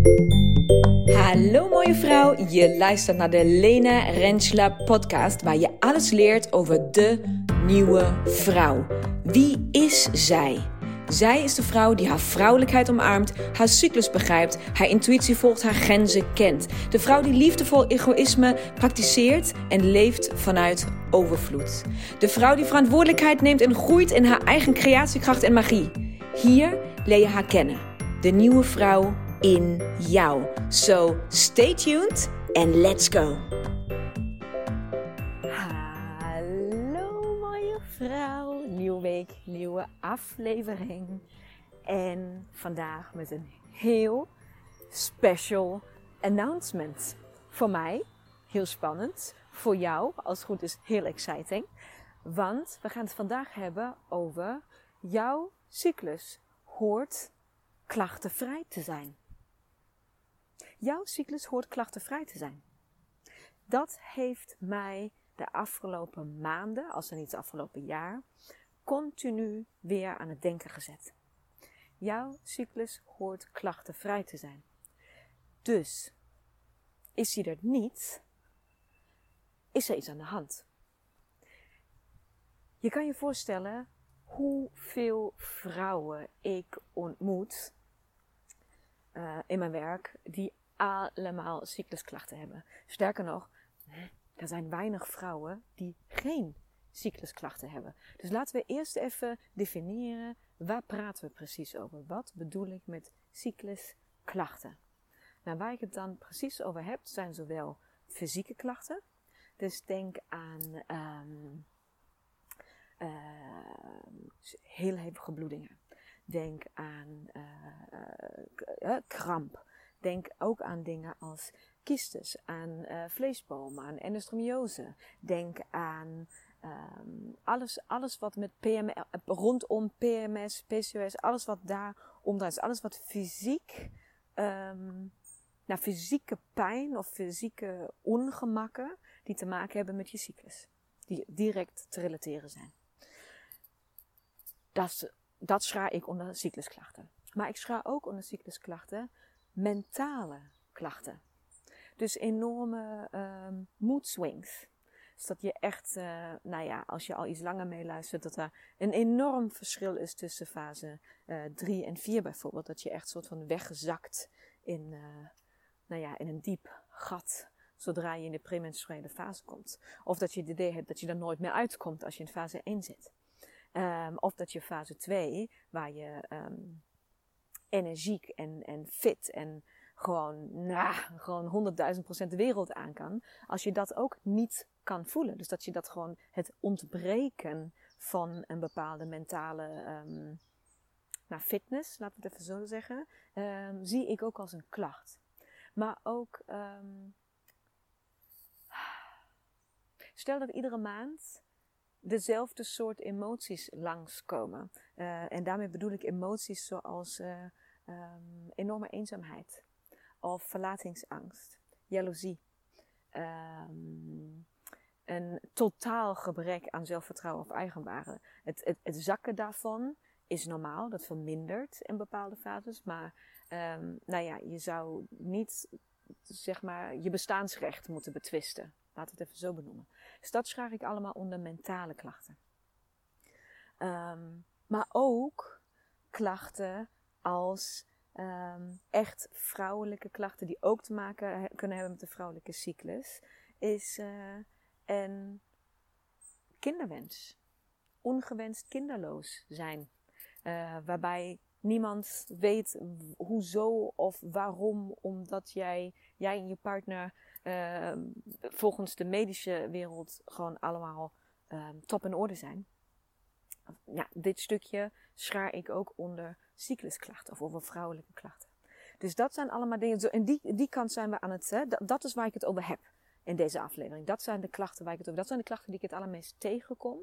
Hallo mooie vrouw, je luistert naar de Lena Rentschler podcast waar je alles leert over de nieuwe vrouw. Wie is zij? Zij is de vrouw die haar vrouwelijkheid omarmt, haar cyclus begrijpt, haar intuïtie volgt, haar grenzen kent. De vrouw die liefdevol egoïsme praktiseert en leeft vanuit overvloed. De vrouw die verantwoordelijkheid neemt en groeit in haar eigen creatiekracht en magie. Hier leer je haar kennen. De nieuwe vrouw in jou. So stay tuned and let's go. Hallo mooie vrouw. Nieuwe week, nieuwe aflevering. En vandaag met een heel special announcement. Voor mij heel spannend. Voor jou, als het goed is, heel exciting. Want we gaan het vandaag hebben over jouw cyclus hoort klachtenvrij te zijn. Jouw cyclus hoort klachtenvrij te zijn. Dat heeft mij de afgelopen maanden, als niet het afgelopen jaar, continu weer aan het denken gezet. Jouw cyclus hoort klachtenvrij te zijn. Dus, is hij er niet, is er iets aan de hand. Je kan je voorstellen hoeveel vrouwen ik ontmoet in mijn werk die allemaal cyclusklachten hebben. Sterker nog, er zijn weinig vrouwen die geen cyclusklachten hebben. Dus laten we eerst even definiëren, waar praten we precies over? Wat bedoel ik met cyclusklachten? Nou, waar ik het dan precies over heb, zijn zowel fysieke klachten. Dus denk aan heel hevige bloedingen. Denk aan kramp. Denk ook aan dingen als kystes, aan vleesbomen, aan endometriose. Denk aan alles wat met rondom PMS, PCOS, alles wat daar omdraait. Alles wat fysiek, fysieke pijn of fysieke ongemakken die te maken hebben met je cyclus. Die direct te relateren zijn. Dat schaar ik onder cyclusklachten. Maar ik schaar ook onder cyclusklachten mentale klachten. Dus enorme mood swings. Dus dat je echt, als je al iets langer meeluistert, dat er een enorm verschil is tussen fase 3 en 4 bijvoorbeeld. Dat je echt soort van wegzakt in een diep gat zodra je in de premenstruele fase komt. Of dat je het idee hebt dat je er nooit meer uitkomt als je in fase 1 zit. Of dat je fase 2, waar je energiek en fit en gewoon 100.000% de wereld aan kan. Als je dat ook niet kan voelen. Dus dat je dat gewoon het ontbreken van een bepaalde mentale fitness, laten we het even zo zeggen, zie ik ook als een klacht. Maar ook, stel dat iedere maand dezelfde soort emoties langskomen. En daarmee bedoel ik emoties zoals enorme eenzaamheid. Of verlatingsangst. Jaloezie. Een totaal gebrek aan zelfvertrouwen of eigenwaarde. Het zakken daarvan is normaal. Dat vermindert in bepaalde fases. Maar je zou niet je bestaansrecht moeten betwisten. Laten we het even zo benoemen. Dus dat schaar ik allemaal onder mentale klachten. Maar ook klachten als echt vrouwelijke klachten die ook te maken kunnen hebben met de vrouwelijke cyclus. Is een kinderwens. Ongewenst kinderloos zijn. Waarbij niemand weet hoezo of waarom. Omdat jij en je partner volgens de medische wereld gewoon allemaal top in orde zijn. Ja, dit stukje schaar ik ook onder cyclusklachten of over vrouwelijke klachten. Dus dat zijn allemaal dingen. En die kant zijn we aan het. Dat is waar ik het over heb in deze aflevering. Dat zijn de klachten waar ik het over. Dat zijn de klachten die ik het allermeest tegenkom.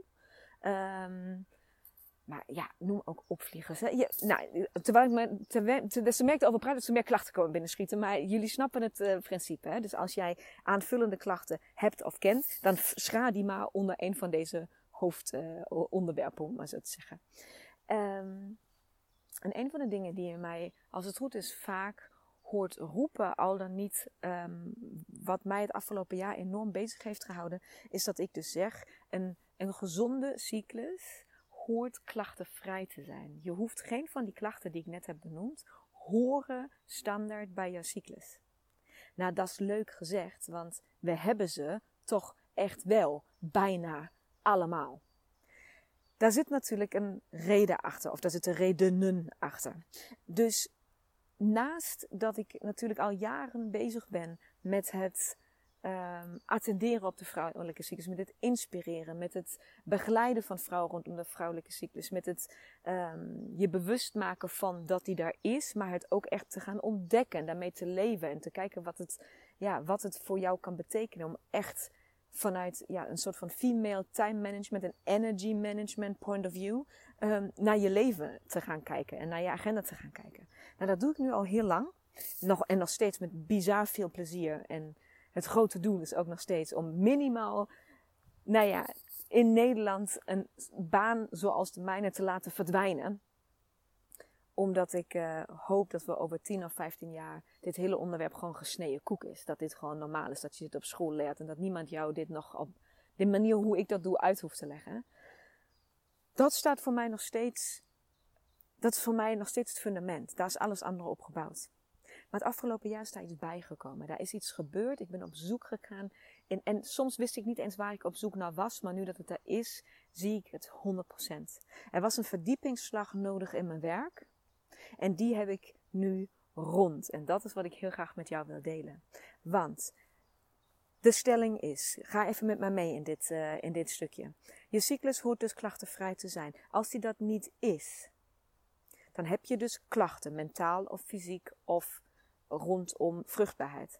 Maar ja, noem ook opvliegers. Hè. Des te meer ik erover praat, des te meer klachten komen binnenschieten. Maar jullie snappen het principe. Hè? Dus als jij aanvullende klachten hebt of kent, dan schaar die maar onder een van deze hoofdonderwerpen, om maar zo te zeggen. En een van de dingen die je mij, als het goed is, vaak hoort roepen, al dan niet wat mij het afgelopen jaar enorm bezig heeft gehouden, is dat ik dus zeg, een gezonde cyclus hoort klachtenvrij te zijn. Je hoeft geen van die klachten die ik net heb benoemd, horen standaard bij jouw cyclus. Nou, dat is leuk gezegd, want we hebben ze toch echt wel bijna allemaal. Daar zit natuurlijk een reden achter, of daar zitten redenen achter. Dus naast dat ik natuurlijk al jaren bezig ben met het attenderen op de vrouwelijke cyclus, met het inspireren, met het begeleiden van vrouwen rondom de vrouwelijke cyclus, met het je bewust maken van dat die daar is, maar het ook echt te gaan ontdekken en daarmee te leven en te kijken wat het voor jou kan betekenen om echt vanuit een soort van female time management en energy management point of view naar je leven te gaan kijken en naar je agenda te gaan kijken. Nou, dat doe ik nu al heel lang. Nog steeds met bizar veel plezier. En het grote doel is ook nog steeds om minimaal, in Nederland een baan zoals de mijne te laten verdwijnen. Omdat ik hoop dat we over 10 of 15 jaar dit hele onderwerp gewoon gesneden koek is. Dat dit gewoon normaal is, dat je dit op school leert. En dat niemand jou dit nog op de manier hoe ik dat doe uit hoeft te leggen. Dat staat voor mij nog steeds, dat is voor mij nog steeds het fundament. Daar is alles andere op gebouwd. Maar het afgelopen jaar is daar iets bijgekomen. Daar is iets gebeurd. Ik ben op zoek gegaan. En soms wist ik niet eens waar ik op zoek naar was. Maar nu dat het er is, zie ik het 100%. Er was een verdiepingsslag nodig in mijn werk. En die heb ik nu rond. En dat is wat ik heel graag met jou wil delen. Want de stelling is, ga even met mij mee in dit stukje. Je cyclus hoort dus klachtenvrij te zijn. Als die dat niet is, dan heb je dus klachten, mentaal of fysiek of rondom vruchtbaarheid.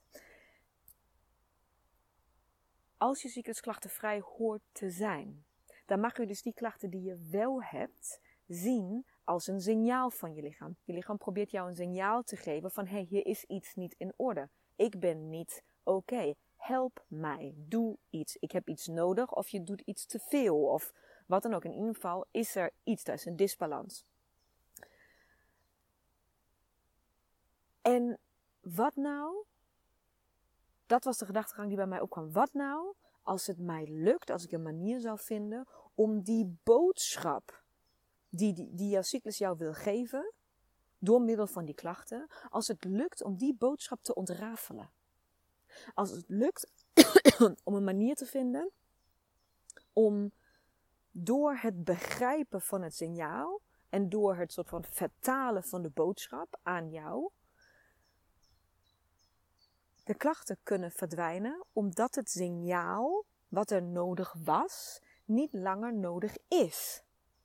Als je cyclus klachtenvrij hoort te zijn, dan mag je dus die klachten die je wel hebt zien als een signaal van je lichaam. Je lichaam probeert jou een signaal te geven van hier is iets niet in orde. Ik ben niet oké. Help mij. Doe iets. Ik heb iets nodig of je doet iets te veel of wat dan ook. In ieder geval is er iets, dat is een disbalans. En wat nou? Dat was de gedachtegang die bij mij opkwam. Wat nou als het mij lukt, als ik een manier zou vinden om die boodschap die jouw cyclus jou wil geven, door middel van die klachten, als het lukt om die boodschap te ontrafelen. Als het lukt om een manier te vinden om door het begrijpen van het signaal en door het soort van vertalen van de boodschap aan jou, de klachten kunnen verdwijnen, omdat het signaal wat er nodig was, niet langer nodig is.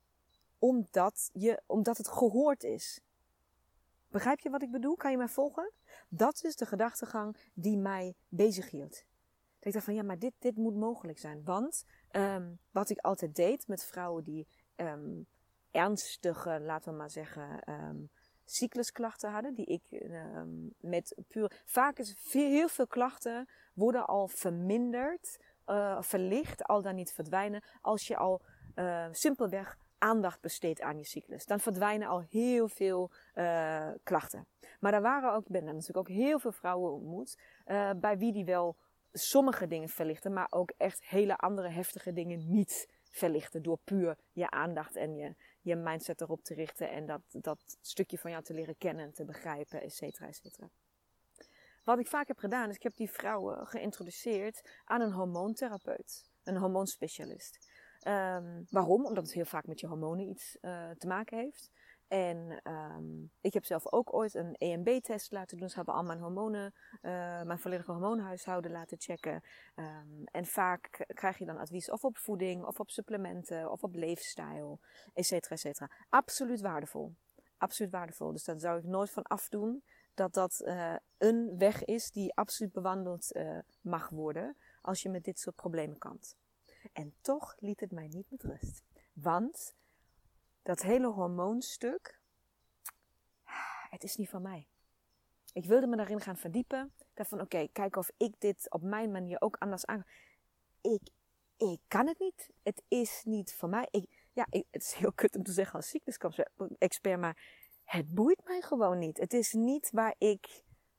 Omdat het gehoord is. Begrijp je wat ik bedoel? Kan je mij volgen? Dat is de gedachtegang die mij bezig hield. Ik dacht van maar dit moet mogelijk zijn. Want wat ik altijd deed met vrouwen die ernstige, laten we maar zeggen, cyclusklachten hadden, die ik met puur... Vaak is heel veel klachten worden al verminderd, verlicht, al dan niet verdwijnen, als je al simpelweg aandacht besteedt aan je cyclus. Dan verdwijnen al heel veel klachten. Maar ik ben natuurlijk ook heel veel vrouwen ontmoet, bij wie die wel sommige dingen verlichten, maar ook echt hele andere heftige dingen niet verlichten. Door puur je aandacht en je mindset erop te richten en dat stukje van jou te leren kennen en te begrijpen, et cetera, et cetera. Wat ik vaak heb gedaan, is ik heb die vrouwen geïntroduceerd aan een hormoontherapeut, een hormoonspecialist. Waarom? Omdat het heel vaak met je hormonen iets te maken heeft. En ik heb zelf ook ooit een EMB-test laten doen. Ze hebben al mijn hormonen, mijn volledige hormoonhuishouden laten checken. En vaak krijg je dan advies of op voeding, of op supplementen, of op leefstijl, et cetera, et cetera. Absoluut waardevol. Absoluut waardevol. Dus daar zou ik nooit van afdoen dat een weg is die absoluut bewandeld mag worden als je met dit soort problemen kampt. En toch liet het mij niet met rust. Want dat hele hormoonstuk, het is niet van mij. Ik wilde me daarin gaan verdiepen. Ik dacht van oké, kijken of ik dit op mijn manier ook anders aan. Ik kan het niet. Het is niet van mij. Het is heel kut om te zeggen als cyclusexpert, maar het boeit mij gewoon niet. Het is niet waar ik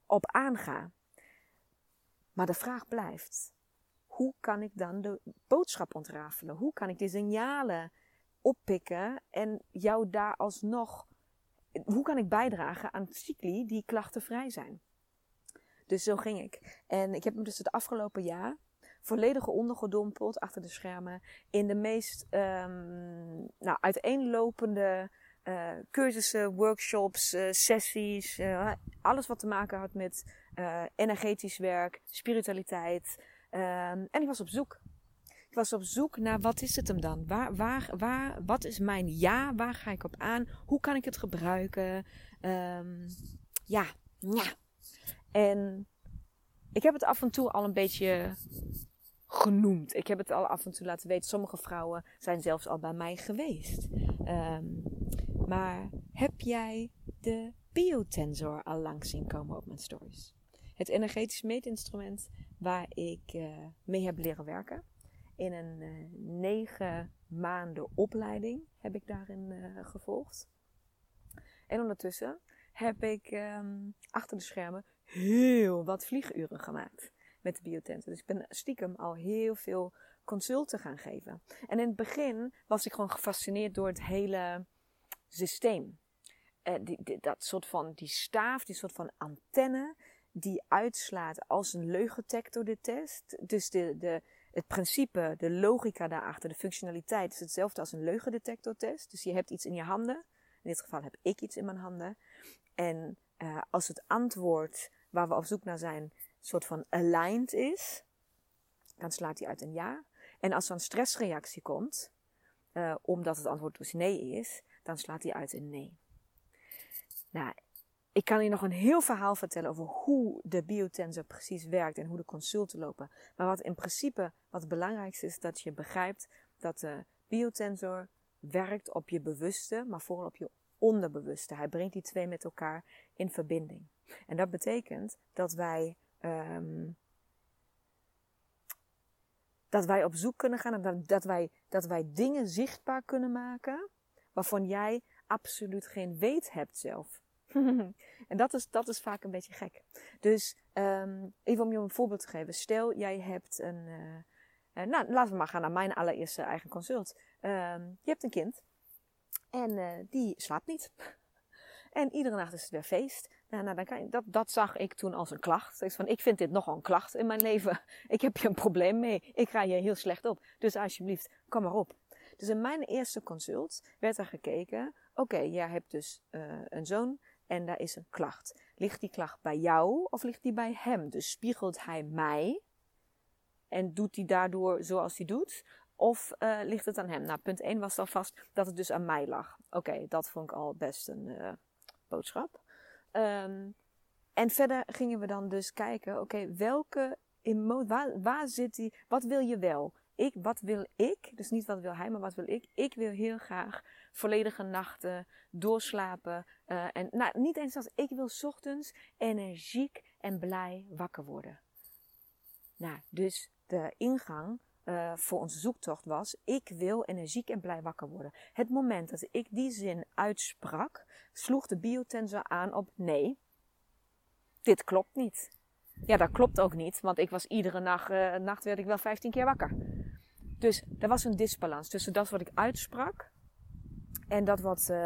op aanga. Maar de vraag blijft, hoe kan ik dan de boodschap ontrafelen? Hoe kan ik die signalen oppikken en jou daar alsnog... Hoe kan ik bijdragen aan cycli die klachtenvrij zijn? Dus zo ging ik. En ik heb me dus het afgelopen jaar volledig ondergedompeld achter de schermen in de meest uiteenlopende cursussen, workshops, sessies. Alles wat te maken had met energetisch werk, spiritualiteit. En ik was op zoek. Ik was op zoek naar wat is het hem dan? Wat is mijn ja? Waar ga ik op aan? Hoe kan ik het gebruiken? Ja. En ik heb het af en toe al een beetje genoemd. Ik heb het al af en toe laten weten. Sommige vrouwen zijn zelfs al bij mij geweest. Maar heb jij de Biotensor al langs zien komen op mijn stories? Het energetisch meetinstrument waar ik mee heb leren werken. In een 9 maanden opleiding heb ik daarin gevolgd. En ondertussen heb ik achter de schermen heel wat vlieguren gemaakt met de Biotensor. Dus ik ben stiekem al heel veel consulten gaan geven. En in het begin was ik gewoon gefascineerd door het hele systeem. Dat soort van, die staaf, die soort van antenne die uitslaat als een leugendetector de test. Dus het principe, de logica daarachter, de functionaliteit is hetzelfde als een leugendetectortest. Dus je hebt iets in je handen. In dit geval heb ik iets in mijn handen. En als het antwoord waar we op zoek naar zijn, soort van aligned is, dan slaat hij uit een ja. En als er een stressreactie komt, omdat het antwoord dus nee is, dan slaat hij uit een nee. Nou, ik kan hier nog een heel verhaal vertellen over hoe de Biotensor precies werkt en hoe de consulten lopen. Maar wat in principe wat het belangrijkste is, dat je begrijpt dat de Biotensor werkt op je bewuste, maar vooral op je onderbewuste. Hij brengt die twee met elkaar in verbinding. En dat betekent dat wij op zoek kunnen gaan en dat wij dingen zichtbaar kunnen maken waarvan jij absoluut geen weet hebt zelf. En dat is vaak een beetje gek. Dus even om je een voorbeeld te geven. Stel, jij hebt laten we maar gaan naar mijn allereerste eigen consult. Je hebt een kind en die slaapt niet. En iedere nacht is het weer feest. Dat zag ik toen als een klacht. Ik vind dit nogal een klacht in mijn leven. Ik heb hier een probleem mee. Ik ga hier heel slecht op. Dus alsjeblieft, kom maar op. Dus in mijn eerste consult werd er gekeken. Oké, jij hebt dus een zoon en daar is een klacht. Ligt die klacht bij jou of ligt die bij hem? Dus spiegelt hij mij en doet hij daardoor zoals hij doet? Of ligt het aan hem? Nou, punt 1 was alvast dat het dus aan mij lag. Oké, dat vond ik al best een boodschap. En verder gingen we dan dus kijken. Oké, welke emotie, waar zit die? Wat wil je wel? Wat wil ik? Dus niet wat wil hij, maar wat wil ik? Ik wil heel graag volledige nachten doorslapen. En niet eens als ik wil 's ochtends energiek en blij wakker worden. Nou, dus de ingang voor onze zoektocht was, ik wil energiek en blij wakker worden. Het moment dat ik die zin uitsprak, sloeg de Biotensor aan op nee, dit klopt niet. Ja, dat klopt ook niet, want ik was iedere nacht werd ik wel 15 keer wakker. Dus er was een disbalans tussen dat wat ik uitsprak en dat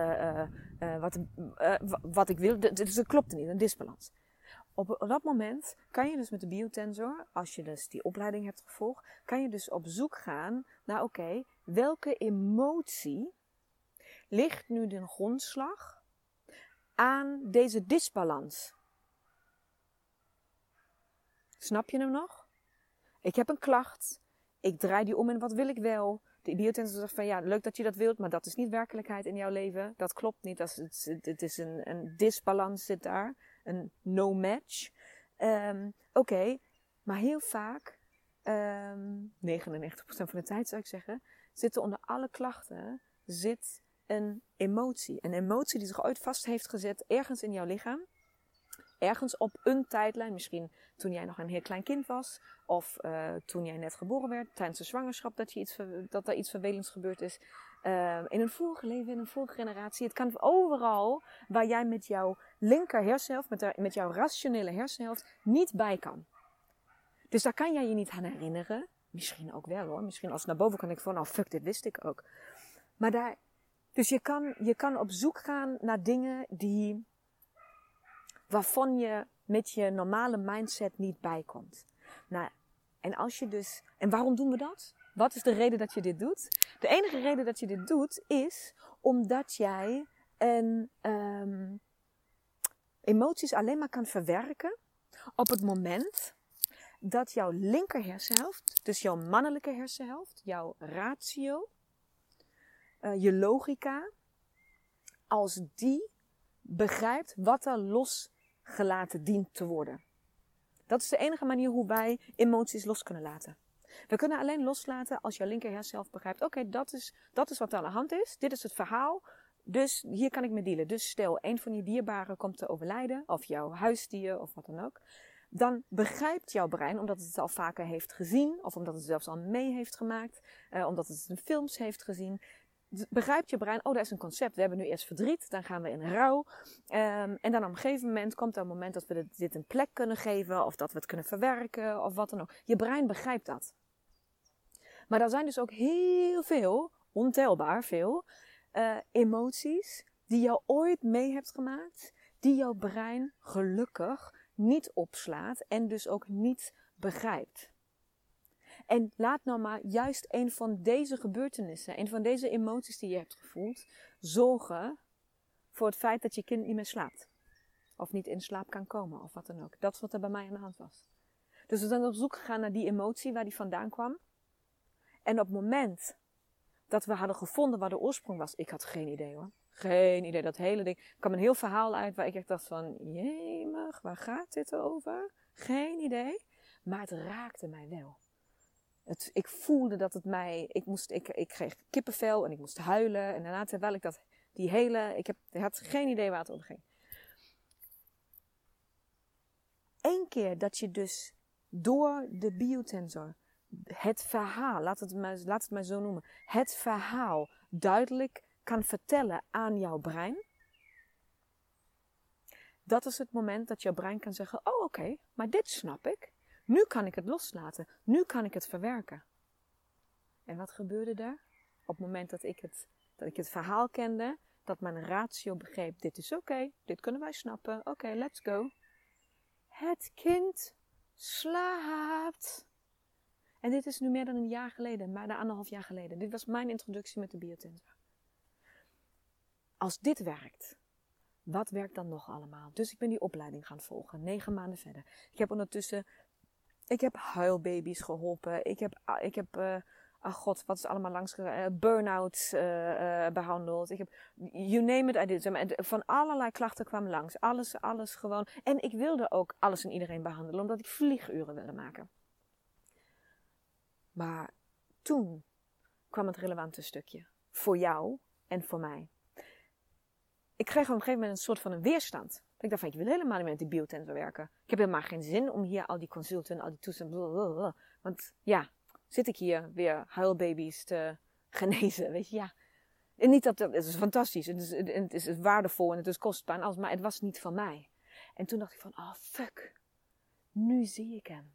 wat ik wilde. Dus dat klopte niet, een disbalans. Op dat moment kan je dus met de Biotensor, als je dus die opleiding hebt gevolgd, kan je dus op zoek gaan naar oké, welke emotie ligt nu de grondslag aan deze disbalans? Snap je hem nog? Ik heb een klacht. Ik draai die om en wat wil ik wel? De Biotensor zegt van ja, leuk dat je dat wilt, maar dat is niet werkelijkheid in jouw leven. Dat klopt niet. Het is een disbalans zit daar. Een no match. Oké, maar heel vaak, 99% van de tijd zou ik zeggen, zit er onder alle klachten zit een emotie. Een emotie die zich ooit vast heeft gezet ergens in jouw lichaam. Ergens op een tijdlijn, misschien toen jij nog een heel klein kind was. Of toen jij net geboren werd, tijdens de zwangerschap dat er iets vervelends gebeurd is. In een vorige leven, in een vorige generatie. Het kan overal waar jij met jouw linker hersenhelft, met jouw rationele hersenhelft, niet bij kan. Dus daar kan jij je niet aan herinneren. Misschien ook wel hoor. Misschien als het naar boven kan ik van, oh fuck, dit wist ik ook. Maar dus je kan op zoek gaan naar dingen waarvan je met je normale mindset niet bij komt. Nou, en waarom doen we dat? Wat is de reden dat je dit doet? De enige reden dat je dit doet is omdat jij emoties alleen maar kan verwerken op het moment dat jouw linker hersenhelft, dus jouw mannelijke hersenhelft, jouw ratio, je logica, als die begrijpt wat er losgelaten dient te worden. Dat is de enige manier hoe wij emoties los kunnen laten. We kunnen alleen loslaten als jouw linker hersenhelft begrijpt, oké, dat is wat er aan de hand is. Dit is het verhaal. Dus hier kan ik mee dealen. Dus stel, een van je dierbaren komt te overlijden, of jouw huisdier, of wat dan ook. Dan begrijpt jouw brein, omdat het al vaker heeft gezien, of omdat het zelfs al mee heeft gemaakt, omdat het in films heeft gezien, begrijpt je brein, oh, dat is een concept. We hebben nu eerst verdriet, dan gaan we in rouw. En dan op een gegeven moment komt er een moment dat we dit een plek kunnen geven, of dat we het kunnen verwerken, of wat dan ook. Je brein begrijpt dat. Maar er zijn dus ook heel veel, ontelbaar veel, emoties die je ooit mee hebt gemaakt, die jouw brein gelukkig niet opslaat en dus ook niet begrijpt. En laat nou maar juist een van deze gebeurtenissen, een van deze emoties die je hebt gevoeld, zorgen voor het feit dat je kind niet meer slaapt. Of niet in slaap kan komen, of wat dan ook. Dat is wat er bij mij aan de hand was. Dus we zijn op zoek gegaan naar die emotie, waar die vandaan kwam. En op het moment dat we hadden gevonden waar de oorsprong was, ik had geen idee hoor. Geen idee, dat hele ding. Er kwam een heel verhaal uit waar ik echt dacht van, jemig, waar gaat dit over? Geen idee. Maar het raakte mij wel. Ik voelde dat het mij, ik kreeg kippenvel en ik moest huilen. En daarna terwijl ik ik had geen idee waar het over ging. Eén keer dat je dus door de biotensor het verhaal, laat het maar zo noemen, het verhaal duidelijk kan vertellen aan jouw brein. Dat is het moment dat jouw brein kan zeggen, oh oké, maar dit snap ik. Nu kan ik het loslaten. Nu kan ik het verwerken. En wat gebeurde er? Op het moment dat ik het verhaal kende, dat mijn ratio begreep, dit is oké, dit kunnen wij snappen, oké, let's go. Het kind slaapt. En dit is nu meer dan een jaar geleden, maar 1,5 jaar geleden. Dit was mijn introductie met de biotensor. Als dit werkt, wat werkt dan nog allemaal? Dus ik ben die opleiding gaan volgen, 9 maanden verder. Ik heb ondertussen, huilbaby's geholpen. Ik heb wat is allemaal langs burn-outs behandeld. You name it, I did. Van allerlei klachten kwam langs. Alles gewoon. En ik wilde ook alles en iedereen behandelen, omdat ik vlieguren wilde maken. Maar toen kwam het relevante stukje. Voor jou en voor mij. Ik kreeg op een gegeven moment een soort van een weerstand. Ik dacht van, ik wil helemaal niet met die biotensor werken. Ik heb helemaal geen zin om hier al die consulten, al die toestanden. Want ja, zit ik hier weer huilbaby's te genezen, weet je, ja. En niet dat, het is fantastisch, het is waardevol en het is kostbaar en alles, maar het was niet van mij. En toen dacht ik van, oh fuck, nu zie ik hem.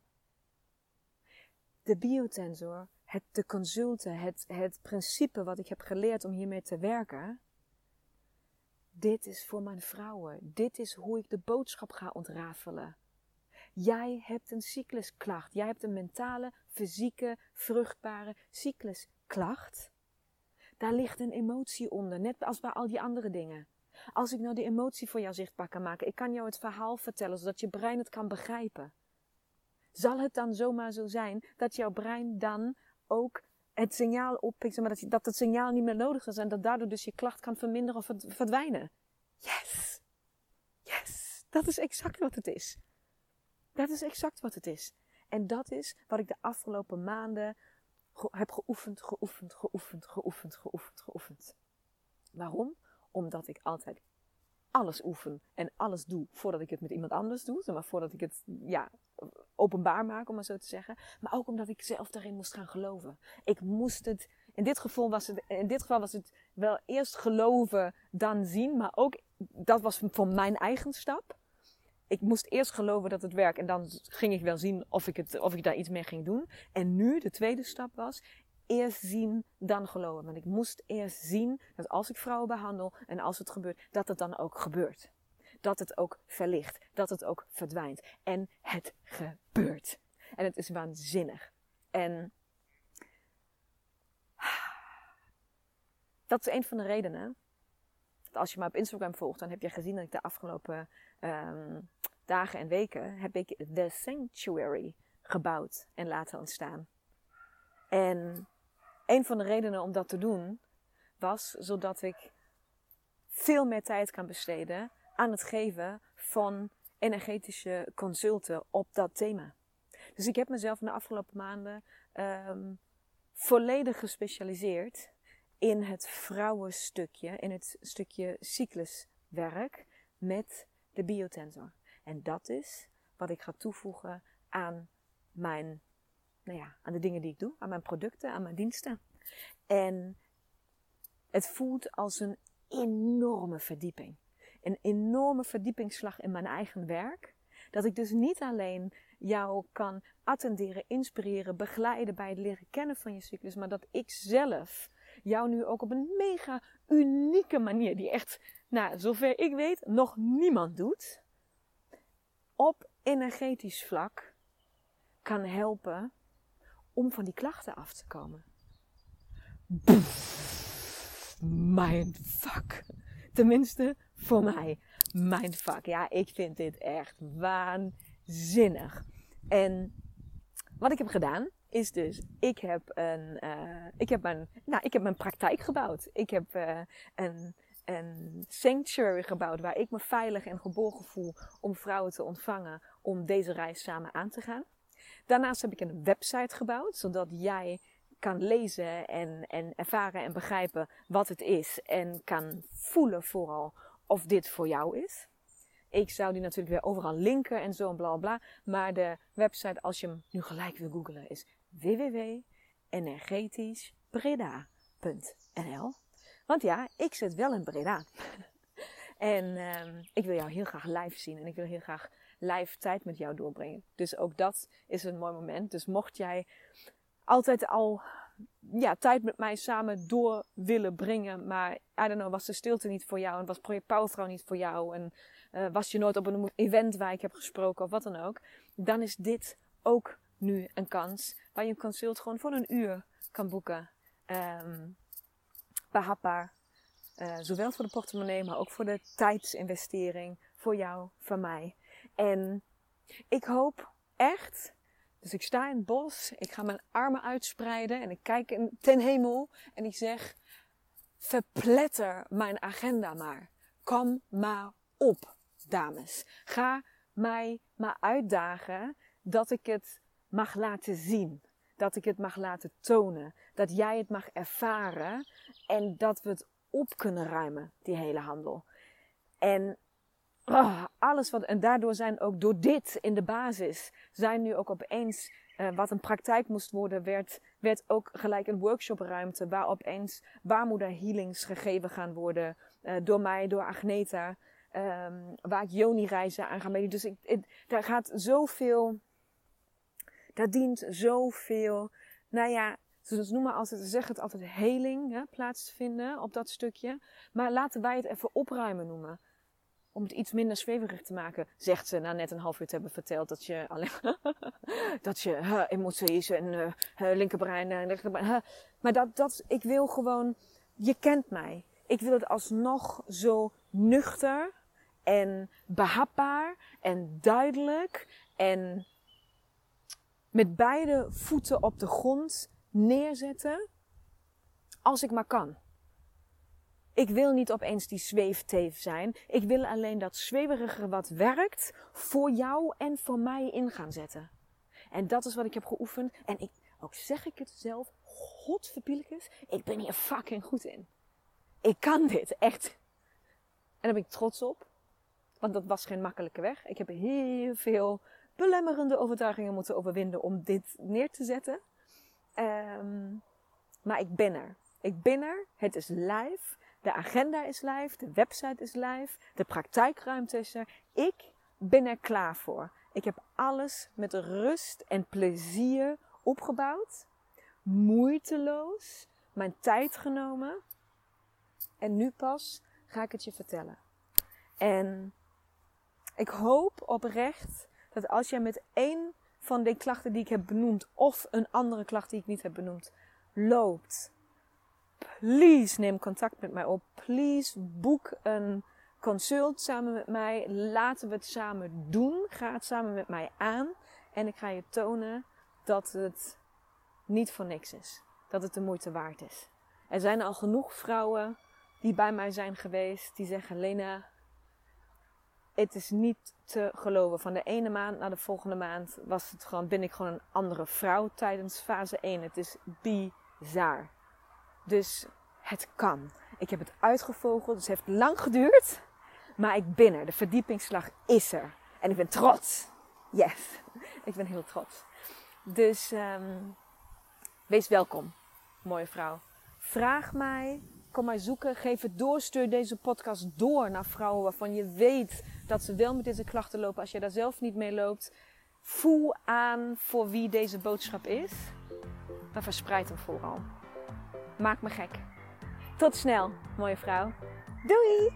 De biotensor, de consulten, het principe wat ik heb geleerd om hiermee te werken. Dit is voor mijn vrouwen. Dit is hoe ik de boodschap ga ontrafelen. Jij hebt een cyclusklacht. Jij hebt een mentale, fysieke, vruchtbare cyclusklacht. Daar ligt een emotie onder, net als bij al die andere dingen. Als ik nou die emotie voor jou zichtbaar kan maken, ik kan jou het verhaal vertellen, zodat je brein het kan begrijpen. Zal het dan zomaar zo zijn dat jouw brein dan ook het signaal oppikt, maar dat het signaal niet meer nodig is en dat daardoor dus je klacht kan verminderen of verdwijnen? Yes! Yes! Dat is exact wat het is. Dat is exact wat het is. En dat is wat ik de afgelopen maanden heb geoefend. Waarom? Omdat ik altijd alles oefen en alles doe voordat ik het met iemand anders doe. Zeg maar voordat ik het openbaar maak, om maar zo te zeggen. Maar ook omdat ik zelf daarin moest gaan geloven. Ik moest in dit geval was het wel eerst geloven, dan zien. Maar ook, dat was voor mijn eigen stap. Ik moest eerst geloven dat het werkt. En dan ging ik wel zien of ik daar iets mee ging doen. En nu, de tweede stap was, eerst zien, dan geloven. Want ik moest eerst zien dat als ik vrouwen behandel en als het gebeurt, dat het dan ook gebeurt. Dat het ook verlicht. Dat het ook verdwijnt. En het gebeurt. En het is waanzinnig. En dat is een van de redenen. Als je me op Instagram volgt, dan heb je gezien dat ik de afgelopen dagen en weken heb ik The Sanctuary gebouwd en laten ontstaan. En een van de redenen om dat te doen was zodat ik veel meer tijd kan besteden aan het geven van energetische consulten op dat thema. Dus ik heb mezelf in de afgelopen maanden volledig gespecialiseerd in het vrouwenstukje, in het stukje cycluswerk met de biotensor. En dat is wat ik ga toevoegen aan aan de dingen die ik doe, aan mijn producten, aan mijn diensten. En het voelt als een enorme verdieping. Een enorme verdiepingsslag in mijn eigen werk. Dat ik dus niet alleen jou kan attenderen, inspireren, begeleiden bij het leren kennen van je cyclus. Maar dat ik zelf jou nu ook op een mega unieke manier, die echt, zover ik weet, nog niemand doet, op energetisch vlak kan helpen om van die klachten af te komen. Mindfuck. Tenminste, voor mij. Mindfuck. Ja, ik vind dit echt waanzinnig. En wat ik heb gedaan, is dus, ik heb mijn praktijk gebouwd. Ik heb een sanctuary gebouwd waar ik me veilig en geborgen voel om vrouwen te ontvangen om deze reis samen aan te gaan. Daarnaast heb ik een website gebouwd, zodat jij kan lezen en ervaren en begrijpen wat het is. En kan voelen vooral of dit voor jou is. Ik zou die natuurlijk weer overal linken en zo en bla bla. Maar de website, als je hem nu gelijk wil googlen, is www.energetischbreda.nl. Want ja, ik zit wel in Breda. En ik wil jou heel graag live zien. En ik wil heel graag live tijd met jou doorbrengen. Dus ook dat is een mooi moment. Dus mocht jij altijd al tijd met mij samen door willen brengen. Maar I don't know, was de stilte niet voor jou. En was Project Powervrouw niet voor jou. En was je nooit op een event waar ik heb gesproken of wat dan ook. Dan is dit ook nu een kans. Waar je een consult gewoon voor een uur kan boeken. Behapbaar. Zowel voor de portemonnee, maar ook voor de tijdsinvestering. Voor jou, voor mij. En ik hoop echt. Dus ik sta in het bos. Ik ga mijn armen uitspreiden. En ik kijk ten hemel. En ik zeg. Verpletter mijn agenda maar. Kom maar op, dames. Ga mij maar uitdagen. Dat ik het mag laten zien. Dat ik het mag laten tonen. Dat jij het mag ervaren. En dat we het op kunnen ruimen, die hele handel. En alles wat, en daardoor zijn ook door dit in de basis, zijn nu ook opeens, wat een praktijk moest worden, werd ook gelijk een workshopruimte waar opeens baarmoederhealings gegeven gaan worden. Door mij, door Agneta, waar ik Yoni-reizen aan ga meedoen. Dus daar gaat zoveel, daar dient zoveel, ze zeggen het altijd heling plaats te vinden op dat stukje. Maar laten wij het even opruimen noemen. Om het iets minder zweverig te maken, zegt ze na net een half uur te hebben verteld dat je alleen dat je emoties en linkerbrein en rechterbrein. Maar ik wil gewoon, je kent mij. Ik wil het alsnog zo nuchter en behapbaar en duidelijk en met beide voeten op de grond neerzetten als ik maar kan. Ik wil niet opeens die zweefteef zijn. Ik wil alleen dat zweverige wat werkt voor jou en voor mij in gaan zetten. En dat is wat ik heb geoefend. En ook zeg ik het zelf, godverpielekes, ik ben hier fucking goed in. Ik kan dit, echt. En daar ben ik trots op. Want dat was geen makkelijke weg. Ik heb heel veel belemmerende overtuigingen moeten overwinnen om dit neer te zetten. Maar ik ben er. Ik ben er. Het is live. De agenda is live. De website is live. De praktijkruimte is er. Ik ben er klaar voor. Ik heb alles met rust en plezier opgebouwd. Moeiteloos. Mijn tijd genomen. En nu pas ga ik het je vertellen. En ik hoop oprecht dat als jij met één van de klachten die ik heb benoemd, of een andere klacht die ik niet heb benoemd, loopt, please neem contact met mij op. Please boek een consult samen met mij. Laten we het samen doen. Ga het samen met mij aan. En ik ga je tonen dat het niet voor niks is. Dat het de moeite waard is. Er zijn al genoeg vrouwen die bij mij zijn geweest. Die zeggen, Lena, het is niet te geloven. Van de ene maand naar de volgende maand ben ik gewoon een andere vrouw tijdens fase 1. Het is bizar. Dus het kan. Ik heb het uitgevogeld. Dus het heeft lang geduurd. Maar ik ben er. De verdiepingsslag is er. En ik ben trots. Yes. Ik ben heel trots. Dus wees welkom, mooie vrouw. Vraag mij. Kom mij zoeken. Geef het door. Stuur deze podcast door naar vrouwen waarvan je weet dat ze wel met deze klachten lopen. Als je daar zelf niet mee loopt. Voel aan voor wie deze boodschap is. Maar verspreid hem vooral. Maak me gek. Tot snel, mooie vrouw. Doei!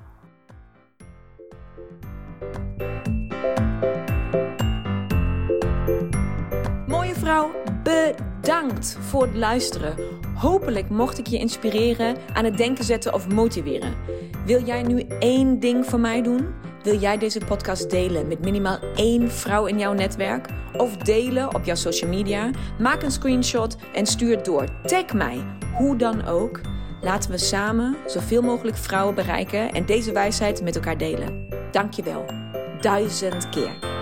Mooie vrouw, bedankt voor het luisteren. Hopelijk mocht ik je inspireren, aan het denken zetten of motiveren. Wil jij nu 1 ding voor mij doen? Wil jij deze podcast delen met minimaal 1 vrouw in jouw netwerk? Of delen op jouw social media? Maak een screenshot en stuur het door. Tag mij, hoe dan ook. Laten we samen zoveel mogelijk vrouwen bereiken en deze wijsheid met elkaar delen. Dankjewel. 1000 keer.